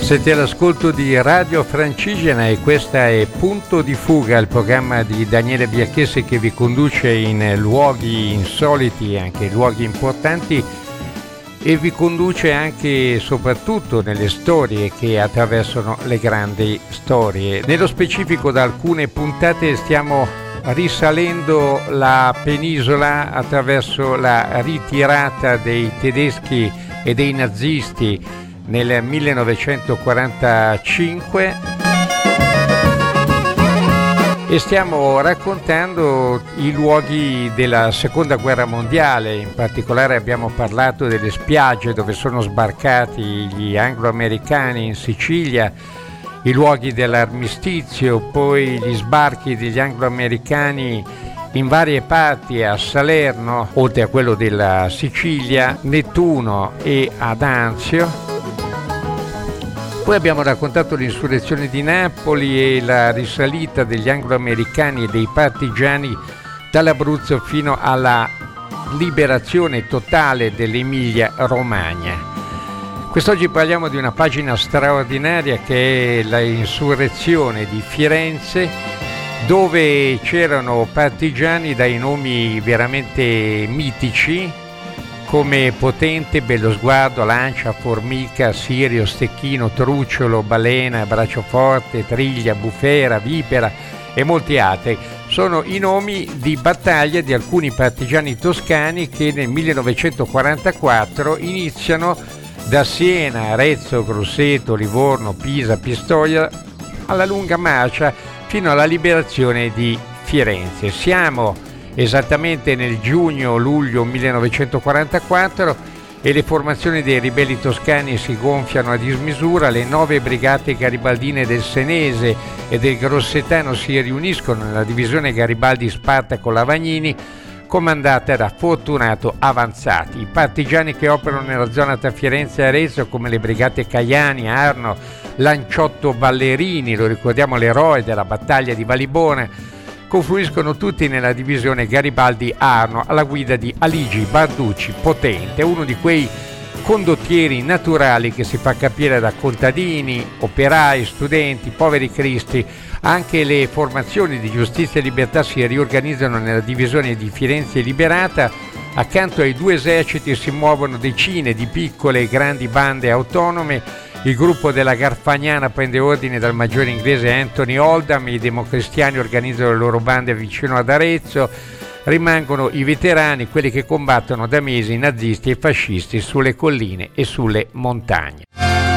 Siete all'ascolto di Radio Francigena e questa è Punto di Fuga, il programma di Daniele Biacchese che vi conduce in luoghi insoliti, anche luoghi importanti, e vi conduce anche e soprattutto nelle storie che attraversano le grandi storie. Nello specifico, da alcune puntate stiamo risalendo la penisola attraverso la ritirata dei tedeschi e dei nazisti nel 1945 e stiamo raccontando i luoghi della Seconda Guerra Mondiale. In particolare abbiamo parlato delle spiagge dove sono sbarcati gli anglo-americani in Sicilia, i luoghi dell'armistizio, poi gli sbarchi degli anglo-americani in varie parti, a Salerno, oltre a quello della Sicilia, Nettuno e ad Anzio. Poi abbiamo raccontato l'insurrezione di Napoli e la risalita degli anglo-americani e dei partigiani dall'Abruzzo fino alla liberazione totale dell'Emilia-Romagna. Quest'oggi parliamo di una pagina straordinaria che è l'insurrezione di Firenze, dove c'erano partigiani dai nomi veramente mitici, come Potente, Bellosguardo, Lancia, Formica, Sirio, Stecchino, Trucciolo, Balena, Bracioforte, Triglia, Bufera, Vipera e molti altri. Sono i nomi di battaglia di alcuni partigiani toscani che nel 1944 iniziano da Siena, Arezzo, Grosseto, Livorno, Pisa, Pistoia, alla lunga marcia fino alla liberazione di Firenze. Siamo esattamente nel giugno-luglio 1944 e le formazioni dei ribelli toscani si gonfiano a dismisura. Le 9 brigate garibaldine del Senese e del Grossetano si riuniscono nella divisione Garibaldi-Spartaco-Lavagnini, comandata da Fortunato Avanzati. I partigiani che operano nella zona tra Firenze e Arezzo, come le brigate Caiani, Arno, Lanciotto, Ballerini, lo ricordiamo l'eroe della battaglia di Valibona, confluiscono tutti nella divisione Garibaldi-Arno alla guida di Aligi Barducci Potente, uno di quei condottieri naturali che si fa capire da contadini, operai, studenti, poveri cristi. Anche le formazioni di Giustizia e Libertà si riorganizzano nella divisione di Firenze Liberata. Accanto ai due eserciti si muovono decine di piccole e grandi bande autonome. Il gruppo della Garfagnana prende ordine dal maggiore inglese Anthony Oldham, i democristiani organizzano le loro bande vicino ad Arezzo, rimangono i veterani, quelli che combattono da mesi i nazisti e fascisti sulle colline e sulle montagne.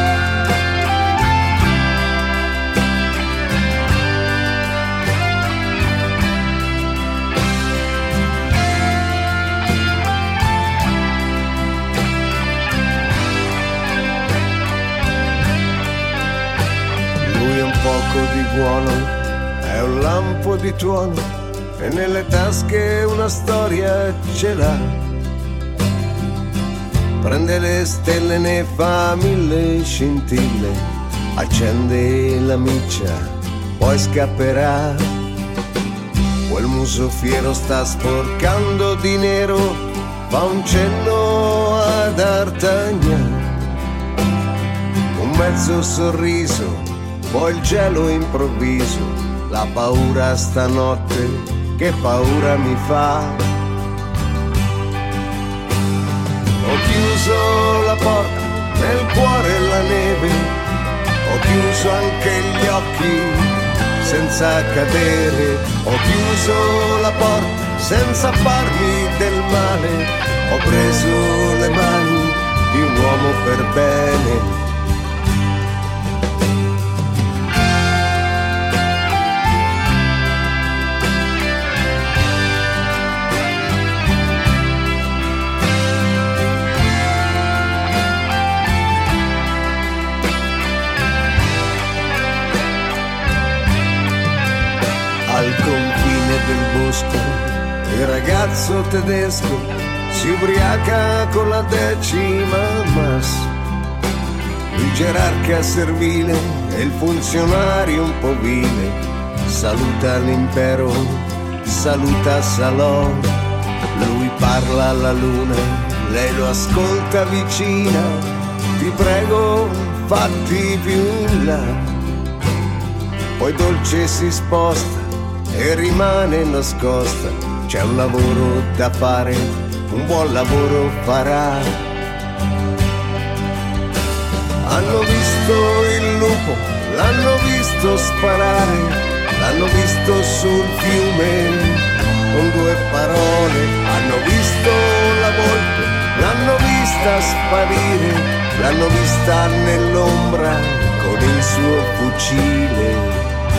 Poco di buono, è un lampo di tuono e nelle tasche una storia ce l'ha. Prende le stelle, ne fa 1000 scintille, accende la miccia, poi scapperà. Quel muso fiero sta sporcando di nero, fa un cenno ad D'Artagnan, un mezzo sorriso, poi il gelo improvviso, la paura stanotte, che paura mi fa. Ho chiuso la porta, nel cuore la neve, ho chiuso anche gli occhi senza cadere, ho chiuso la porta senza farmi del male, ho preso le mani di un uomo per bene. Al confine del bosco il ragazzo tedesco si ubriaca con la 10ª mas. Il gerarca servile e il funzionario un po' vile saluta l'impero, saluta Salò. Lui parla alla luna, lei lo ascolta vicina. Ti prego, infatti più in là. Poi dolce si sposta e rimane nascosta. C'è un lavoro da fare, un buon lavoro farà. Hanno visto il lupo, l'hanno visto sparare, l'hanno visto sul fiume con due parole. Hanno visto la volpe, l'hanno vista sparire, l'hanno vista nell'ombra con il suo fucile.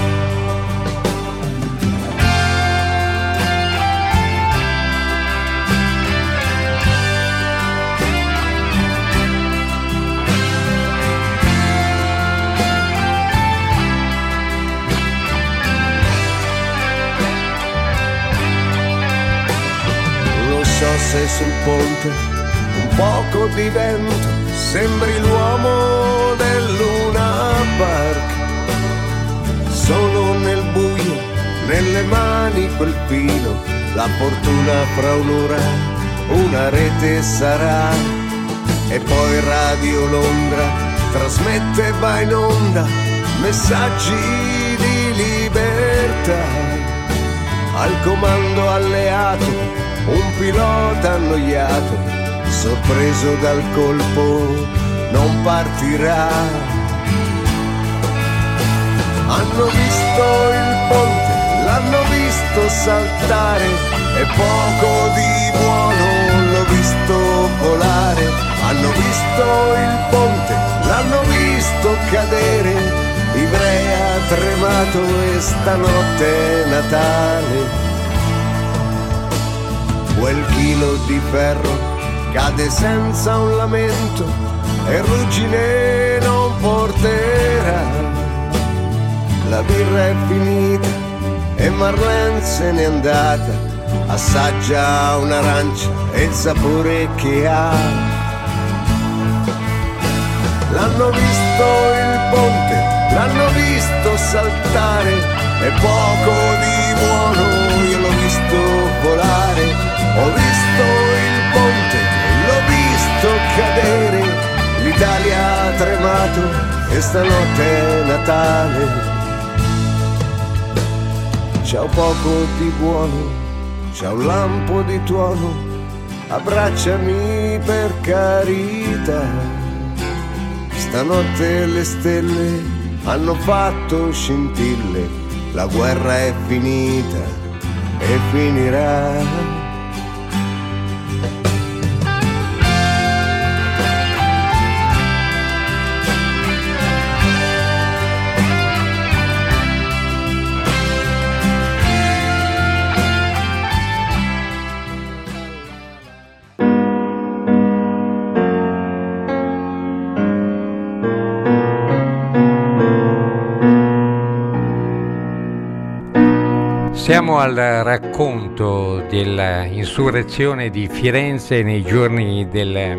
Se sul ponte un poco di vento sembri l'uomo del Luna Park, solo nel buio, nelle mani quel filo, la fortuna fra un'ora una rete sarà. E poi Radio Londra trasmette, va in onda messaggi di libertà, al comando alleato un pilota annoiato, sorpreso dal colpo, non partirà. Hanno visto il ponte, l'hanno visto saltare, e poco di buono l'ho visto volare. Hanno visto il ponte, l'hanno visto cadere, Ivrea tremato e stanotte è Natale. Quel chilo di ferro cade senza un lamento e ruggine non porterà. La birra è finita e Marlene se n'è andata, assaggia un'arancia e il sapore che ha. L'hanno visto il ponte, l'hanno visto saltare, e poco di buono io l'ho visto volare. Ho visto il ponte, l'ho visto cadere, l'Italia ha tremato e stanotte è Natale. C'è un poco di buono, c'è un lampo di tuono, abbracciami per carità. Stanotte le stelle hanno fatto scintille, la guerra è finita e finirà. Siamo al racconto dell'insurrezione di Firenze nei giorni del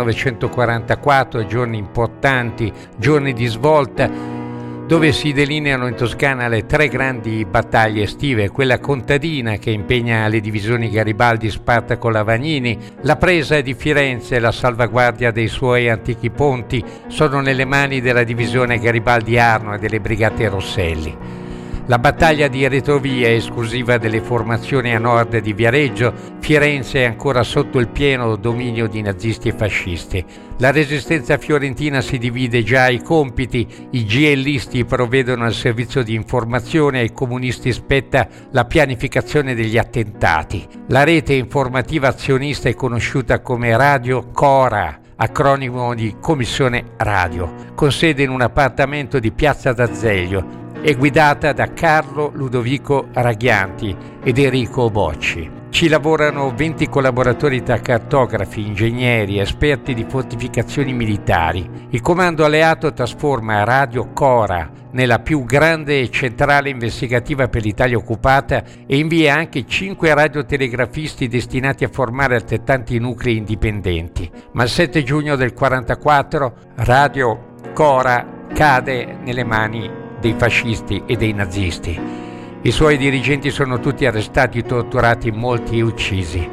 1944, giorni importanti, giorni di svolta, dove si delineano in Toscana le tre grandi battaglie estive: quella contadina che impegna le divisioni Garibaldi-Spartaco-Lavagnini, la presa di Firenze e la salvaguardia dei suoi antichi ponti sono nelle mani della divisione Garibaldi-Arno e delle brigate Rosselli. La battaglia di Retrovia, esclusiva delle formazioni a nord di Viareggio, Firenze è ancora sotto il pieno dominio di nazisti e fascisti. La resistenza fiorentina si divide già ai compiti, i GListi provvedono al servizio di informazione, ai comunisti spetta la pianificazione degli attentati. La rete informativa azionista è conosciuta come Radio Cora, acronimo di Commissione Radio, con sede in un appartamento di Piazza d'Azeglio, è guidata da Carlo Ludovico Raghianti ed Enrico Bocci. Ci lavorano 20 collaboratori tra cartografi, ingegneri, esperti di fortificazioni militari. Il comando alleato trasforma Radio Cora nella più grande centrale investigativa per l'Italia occupata e invia anche 5 radiotelegrafisti destinati a formare altrettanti nuclei indipendenti. Ma il 7 giugno del 1944 Radio Cora cade nelle mani dei fascisti e dei nazisti. I suoi dirigenti sono tutti arrestati, torturati, molti uccisi.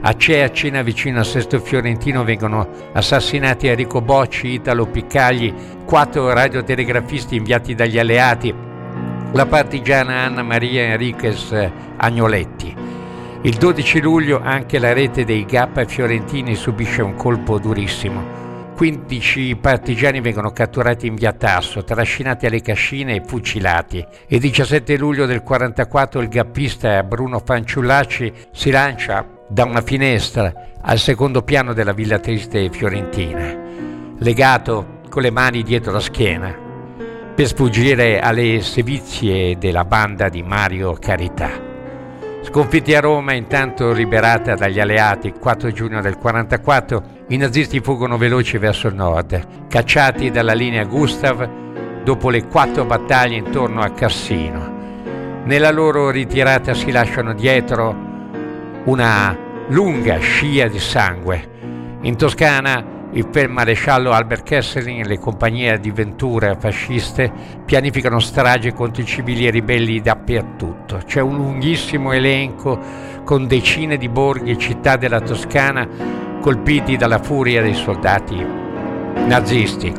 A Cercina, vicino a Sesto Fiorentino, vengono assassinati Enrico Bocci, Italo Piccagli, 4 radiotelegrafisti inviati dagli alleati, la partigiana Anna Maria Enriquez Agnoletti. Il 12 luglio anche la rete dei Gappa fiorentini subisce un colpo durissimo. 15 partigiani vengono catturati in via Tasso, trascinati alle cascine e fucilati. Il 17 luglio del 44 il gappista Bruno Fanciullacci si lancia da una finestra al secondo piano della Villa Triste fiorentina, legato con le mani dietro la schiena, per sfuggire alle sevizie della banda di Mario Carità. Sconfitti a Roma, intanto liberata dagli alleati il 4 giugno del 44, i nazisti fuggono veloci verso il nord, cacciati dalla linea Gustav dopo le 4 battaglie intorno a Cassino. Nella loro ritirata si lasciano dietro una lunga scia di sangue. In Toscana il feldmaresciallo Albert Kesselring e le compagnie di Ventura fasciste pianificano stragi contro i civili e ribelli dappertutto. C'è un lunghissimo elenco con decine di borghi e città della Toscana colpiti dalla furia dei soldati nazisti.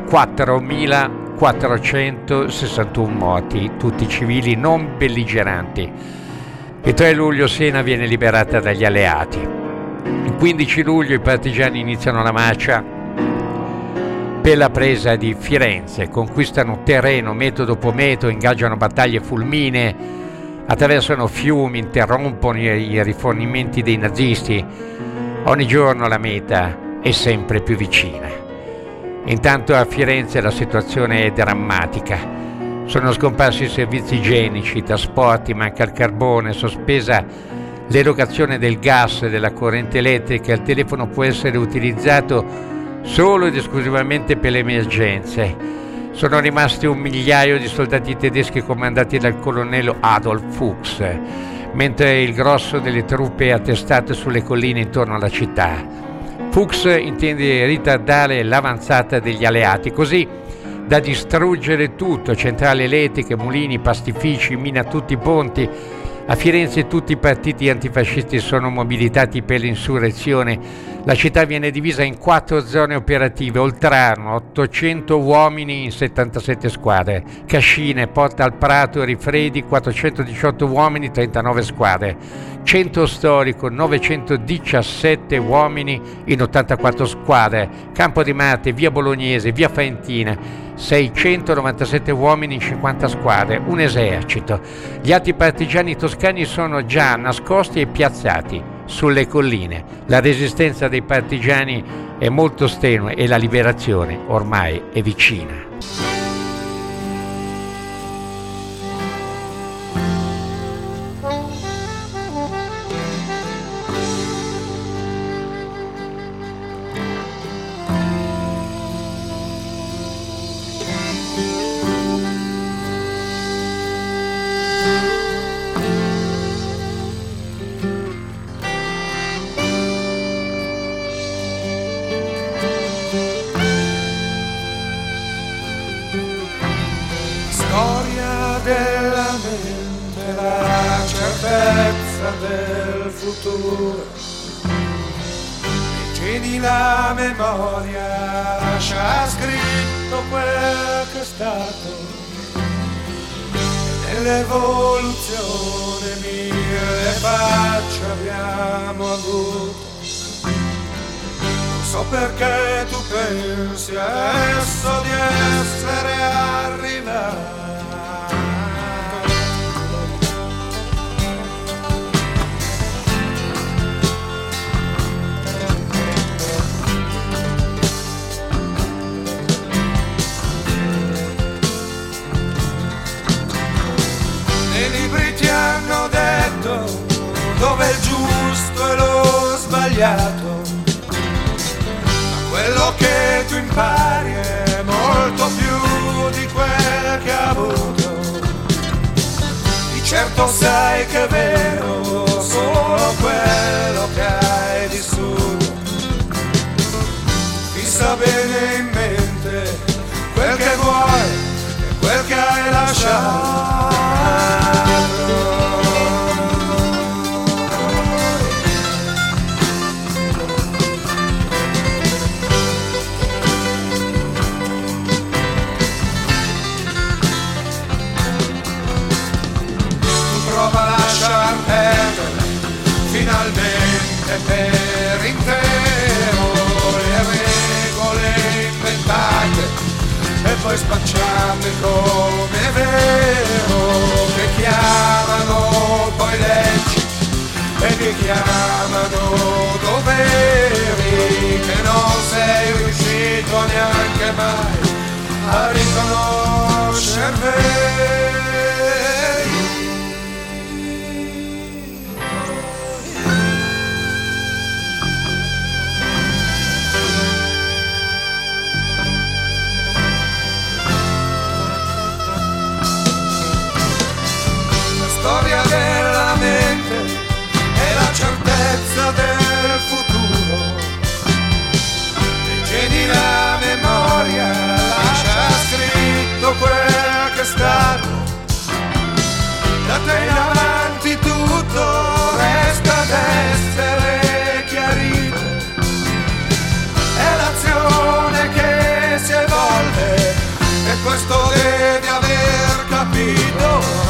4.461 morti, tutti civili non belligeranti. Il 3 luglio Siena viene liberata dagli alleati. Il 15 luglio i partigiani iniziano la marcia per la presa di Firenze, conquistano terreno metro dopo metro, ingaggiano battaglie fulminee, attraversano fiumi, interrompono i rifornimenti dei nazisti. Ogni giorno la meta è sempre più vicina. Intanto a Firenze la situazione è drammatica. Sono scomparsi i servizi igienici, i trasporti, manca il carbone, sospesa l'erogazione del gas e della corrente elettrica, il telefono può essere utilizzato solo ed esclusivamente per le emergenze. Sono rimasti 1 migliaio di soldati tedeschi comandati dal colonnello Adolf Fuchs, mentre il grosso delle truppe è attestato sulle colline intorno alla città. Fuchs intende ritardare l'avanzata degli alleati, così da distruggere tutto, centrali elettriche, mulini, pastifici, mina tutti i ponti. A Firenze tutti i partiti antifascisti sono mobilitati per l'insurrezione. La città viene divisa in 4 zone operative: Oltrarno, 800 uomini in 77 squadre; Cascine, Porta al Prato, Rifredi, 418 uomini, 39 squadre; Centro Storico, 917 uomini in 84 squadre; Campo di Marte, Via Bolognese, Via Faentina, 697 uomini in 50 squadre, un esercito. Gli altri partigiani toscani sono già nascosti e piazzati sulle colline. La resistenza dei partigiani è molto tenue e la liberazione ormai è vicina. Del futuro leggedi la memoria, lascia scritto quel che è stato, e nell'evoluzione 1000 facce abbiamo avuto. Non so perché tu pensi adesso di essere arrivato. Hanno detto dove è il giusto e lo sbagliato, ma quello che tu impari è molto più di quel che ha avuto. Di certo sai che è vero solo quello che hai vissuto. Fissa bene in mente quel che vuoi e quel che hai lasciato. scusarmi come è vero che chiamano poi leggi e che chiamano doveri che non sei riuscito neanche mai a riconoscere. Storia della mente e la certezza del futuro. Tieni la memoria, lascia scritto quel che è stato. Da te in avanti tutto resta ad essere chiarito. È l'azione che si evolve e questo devi aver capito.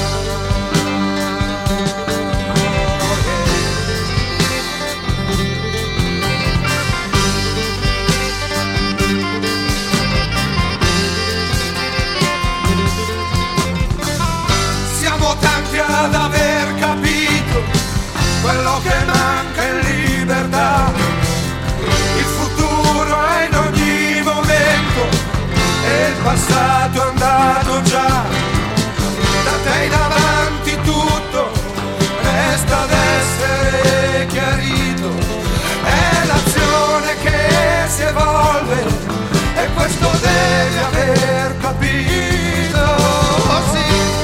Ad aver capito quello che manca in libertà, il futuro è in ogni momento e il passato è andato già. Da te in avanti tutto resta ad essere chiarito. È l'azione che si evolve e questo devi aver capito. Oh, sì.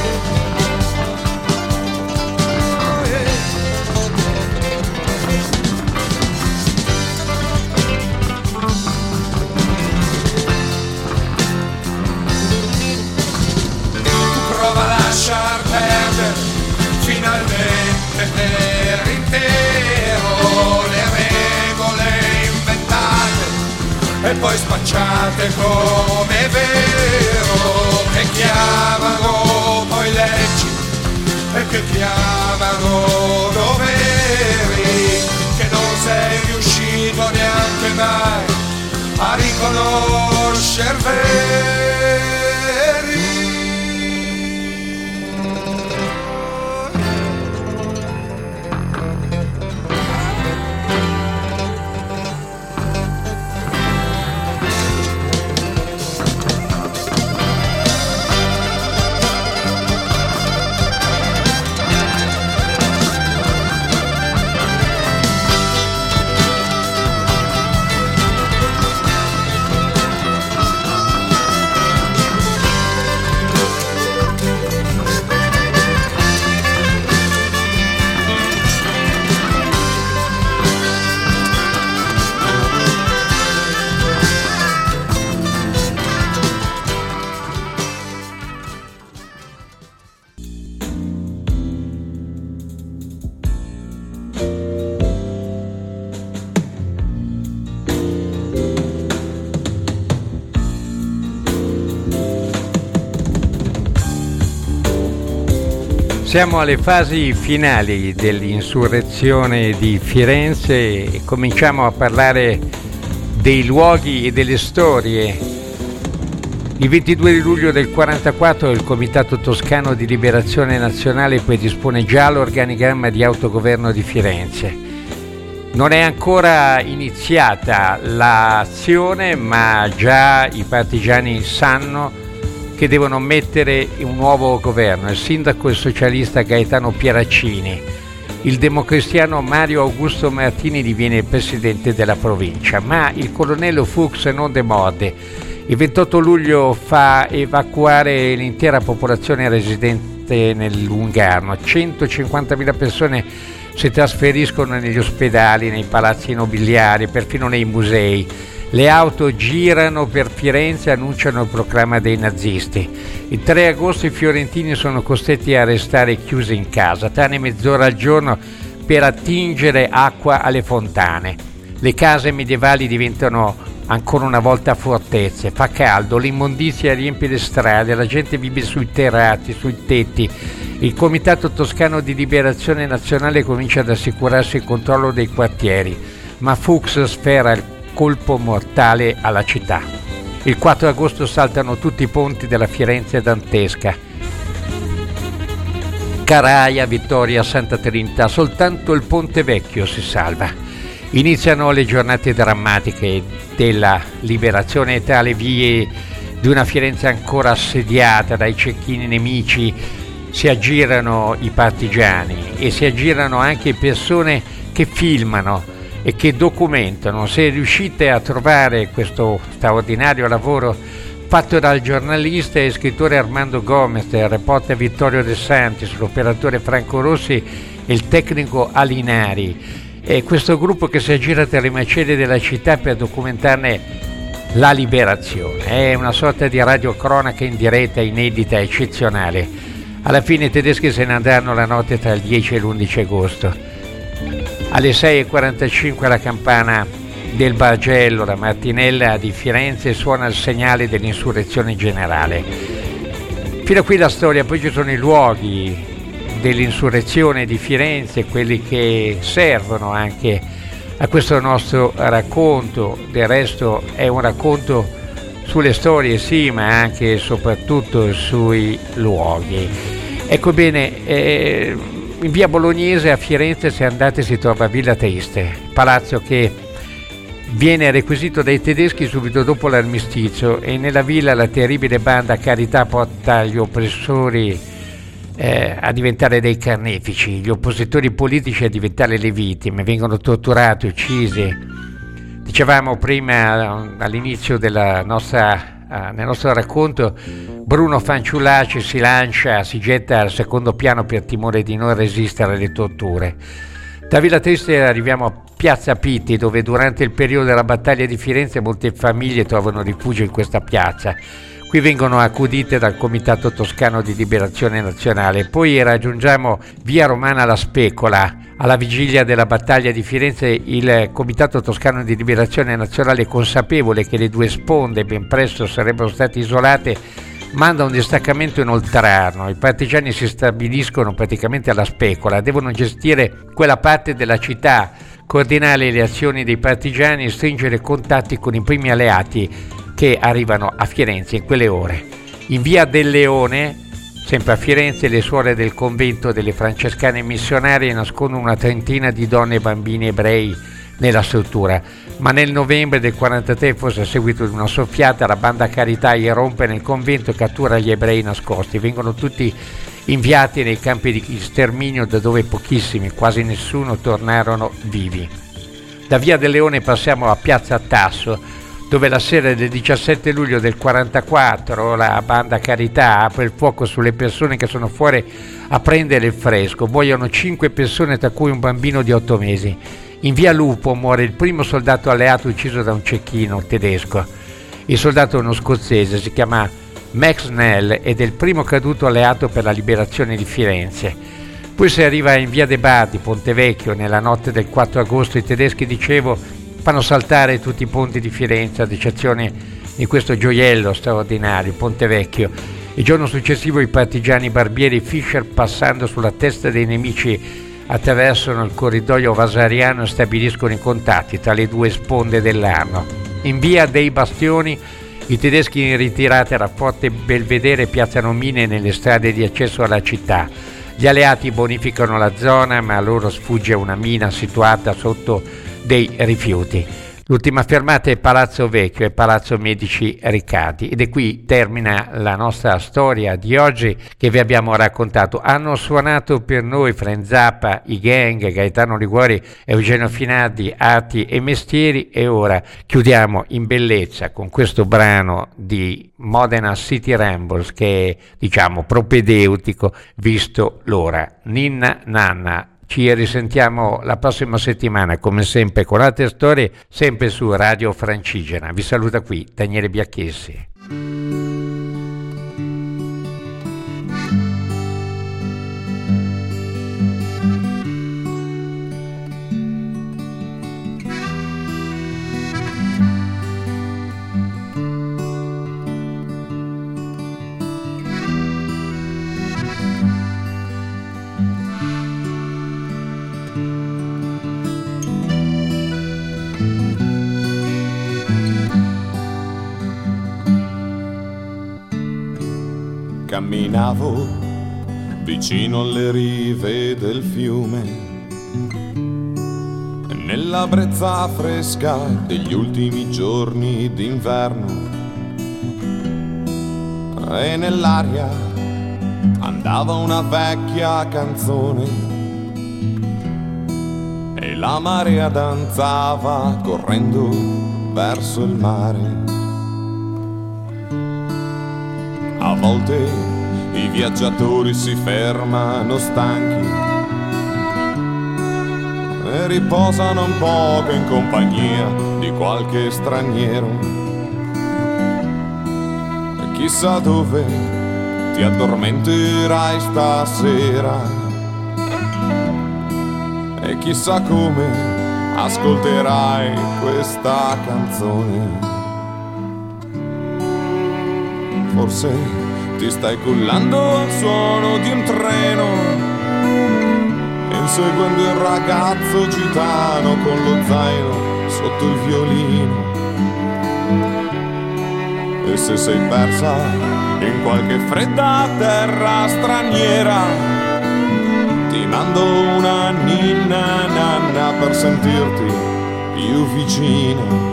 Lasciar perdere finalmente per intero le regole inventate e poi spacciate come vero che chiamano poi leggi e che chiamano doveri che non sei riuscito neanche mai a riconoscer veri. Siamo alle fasi finali dell'insurrezione di Firenze e cominciamo a parlare dei luoghi e delle storie. Il 22 di luglio del 1944 il Comitato Toscano di Liberazione Nazionale predispone già l'organigramma di autogoverno di Firenze. Non è ancora iniziata l'azione, ma già i partigiani sanno che devono mettere un nuovo governo. Il sindaco è il socialista Gaetano Pieraccini, il democristiano Mario Augusto Martini diviene presidente della provincia, ma il colonnello Fuchs non demorde. Il 28 luglio fa evacuare l'intera popolazione residente nel Lungarno. 150.000 persone si trasferiscono negli ospedali, nei palazzi nobiliari, perfino nei musei. Le auto girano per Firenze e annunciano il proclama dei nazisti. Il 3 agosto i fiorentini sono costretti a restare chiusi in casa, tranne mezz'ora al giorno per attingere acqua alle fontane. Le case medievali diventano ancora una volta fortezze, fa caldo, l'immondizia riempie le strade, la gente vive sui terrazzi, sui tetti. Il Comitato Toscano di Liberazione Nazionale comincia ad assicurarsi il controllo dei quartieri, ma Fuchs sfera il colpo mortale alla città. Il 4 agosto saltano tutti i ponti della Firenze dantesca. Caraia, Vittoria, Santa Trinità, soltanto il Ponte Vecchio si salva. Iniziano le giornate drammatiche della liberazione e tra le vie di una Firenze ancora assediata dai cecchini nemici si aggirano i partigiani e si aggirano anche persone che filmano e che documentano. Se riuscite a trovare questo straordinario lavoro fatto dal giornalista e scrittore Armando Gomez, il reporter Vittorio De Santis, l'operatore Franco Rossi e il tecnico Alinari, e questo gruppo che si aggira tra le macerie della città per documentarne la liberazione. È una sorta di radiocronaca in diretta, inedita, eccezionale. Alla fine i tedeschi se ne andranno la notte tra il 10 e l'11 agosto. Alle 6:45 la campana del Bargello, la Martinella di Firenze, suona il segnale dell'insurrezione generale. Fino a qui la storia, poi ci sono i luoghi dell'insurrezione di Firenze, quelli che servono anche a questo nostro racconto. Del resto è un racconto sulle storie, sì, ma anche e soprattutto sui luoghi. Ecco bene, in via Bolognese a Firenze, se andate, si trova Villa Triste, palazzo che viene requisito dai tedeschi subito dopo l'armistizio, e nella villa la terribile banda Carità porta gli oppressori a diventare dei carnefici, gli oppositori politici a diventare le vittime, vengono torturati, uccisi. Dicevamo prima, all'inizio nel nostro racconto, Bruno Fanciullaci si lancia, si getta al secondo piano per timore di non resistere alle torture. Da Villa Triste arriviamo a Piazza Pitti, dove durante il periodo della battaglia di Firenze molte famiglie trovano rifugio in questa piazza. Qui vengono accudite dal Comitato Toscano di Liberazione Nazionale. Poi raggiungiamo via Romana La Specola. Alla vigilia della battaglia di Firenze il Comitato Toscano di Liberazione Nazionale, consapevole che le due sponde ben presto sarebbero state isolate, manda un distaccamento in Oltrarno. I partigiani si stabiliscono praticamente alla Specola, devono gestire quella parte della città, coordinare le azioni dei partigiani e stringere contatti con i primi alleati che arrivano a Firenze in quelle ore. In via del Leone, sempre a Firenze, le suore del convento delle francescane missionarie nascondono una trentina di donne e bambini ebrei nella struttura, ma nel novembre del 43, forse a seguito di una soffiata, la banda Carità irrompe nel convento e cattura gli ebrei nascosti. Vengono tutti inviati nei campi di sterminio, da dove pochissimi, quasi nessuno, tornarono vivi. Da via del Leone passiamo a piazza Tasso, dove la sera del 17 luglio del 44 la banda Carità apre il fuoco sulle persone che sono fuori a prendere il fresco. Muoiono 5 persone, tra cui un bambino di 8 mesi. In via Lupo muore il primo soldato alleato ucciso da un cecchino tedesco. Il soldato è uno scozzese, si chiama Max Nell ed è il primo caduto alleato per la liberazione di Firenze. Poi si arriva in via De Bardi, Ponte Vecchio. Nella notte del 4 agosto i tedeschi, dicevo, fanno saltare tutti i ponti di Firenze, ad eccezione di questo gioiello straordinario, il Ponte Vecchio. Il giorno successivo i partigiani Barbieri e Fischer, passando sulla testa dei nemici, attraversano il corridoio vasariano e stabiliscono i contatti tra le due sponde dell'Arno. In via dei Bastioni i tedeschi in ritirata da Forte Belvedere piazzano mine nelle strade di accesso alla città. Gli alleati bonificano la zona, ma a loro sfugge una mina situata sotto dei rifiuti. L'ultima fermata è Palazzo Vecchio e Palazzo Medici Riccardi, ed è qui termina la nostra storia di oggi che vi abbiamo raccontato. Hanno suonato per noi Frank Zappa, i Gang, Gaetano Liguori, Eugenio Finardi, Arti e Mestieri, e ora chiudiamo in bellezza con questo brano di Modena City Rambles che è, diciamo, propedeutico visto l'ora. Ninna Nanna. Ci risentiamo la prossima settimana, come sempre, con altre storie, sempre su Radio Francigena. Vi saluta qui Daniele Biacchessi. Camminavo vicino alle rive del fiume, nella brezza fresca degli ultimi giorni d'inverno, e nell'aria andava una vecchia canzone e la marea danzava correndo verso il mare. A volte i viaggiatori si fermano stanchi e riposano un poco in compagnia di qualche straniero. E chissà dove ti addormenterai stasera, e chissà come ascolterai questa canzone. Forse ti stai cullando al suono di un treno, inseguendo il ragazzo gitano con lo zaino sotto il violino. E se sei persa in qualche fredda terra straniera, ti mando una ninna nanna per sentirti più vicina.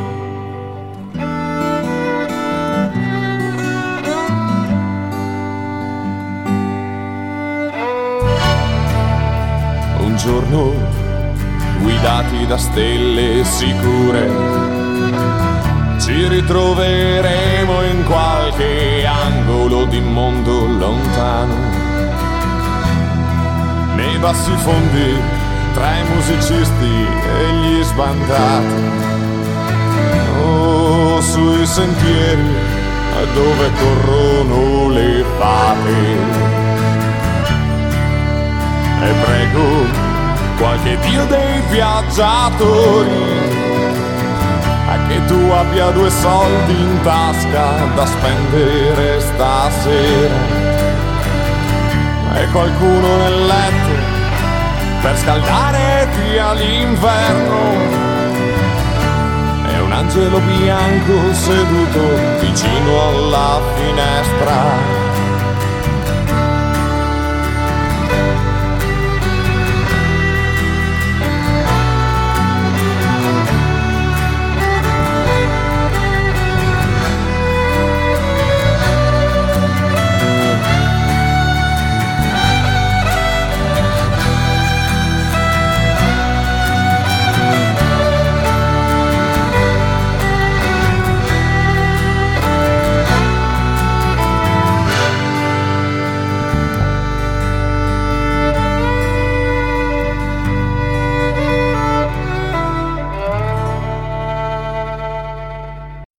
Un giorno, guidati da stelle sicure, ci ritroveremo in qualche angolo di mondo lontano, nei bassi fondi tra i musicisti e gli sbandati, o sui sentieri dove corrono le fate. E prego qualche dio dei viaggiatori che tu abbia 2 soldi in tasca da spendere stasera, e qualcuno nel letto per scaldarti all'inverno, e un angelo bianco seduto vicino alla finestra.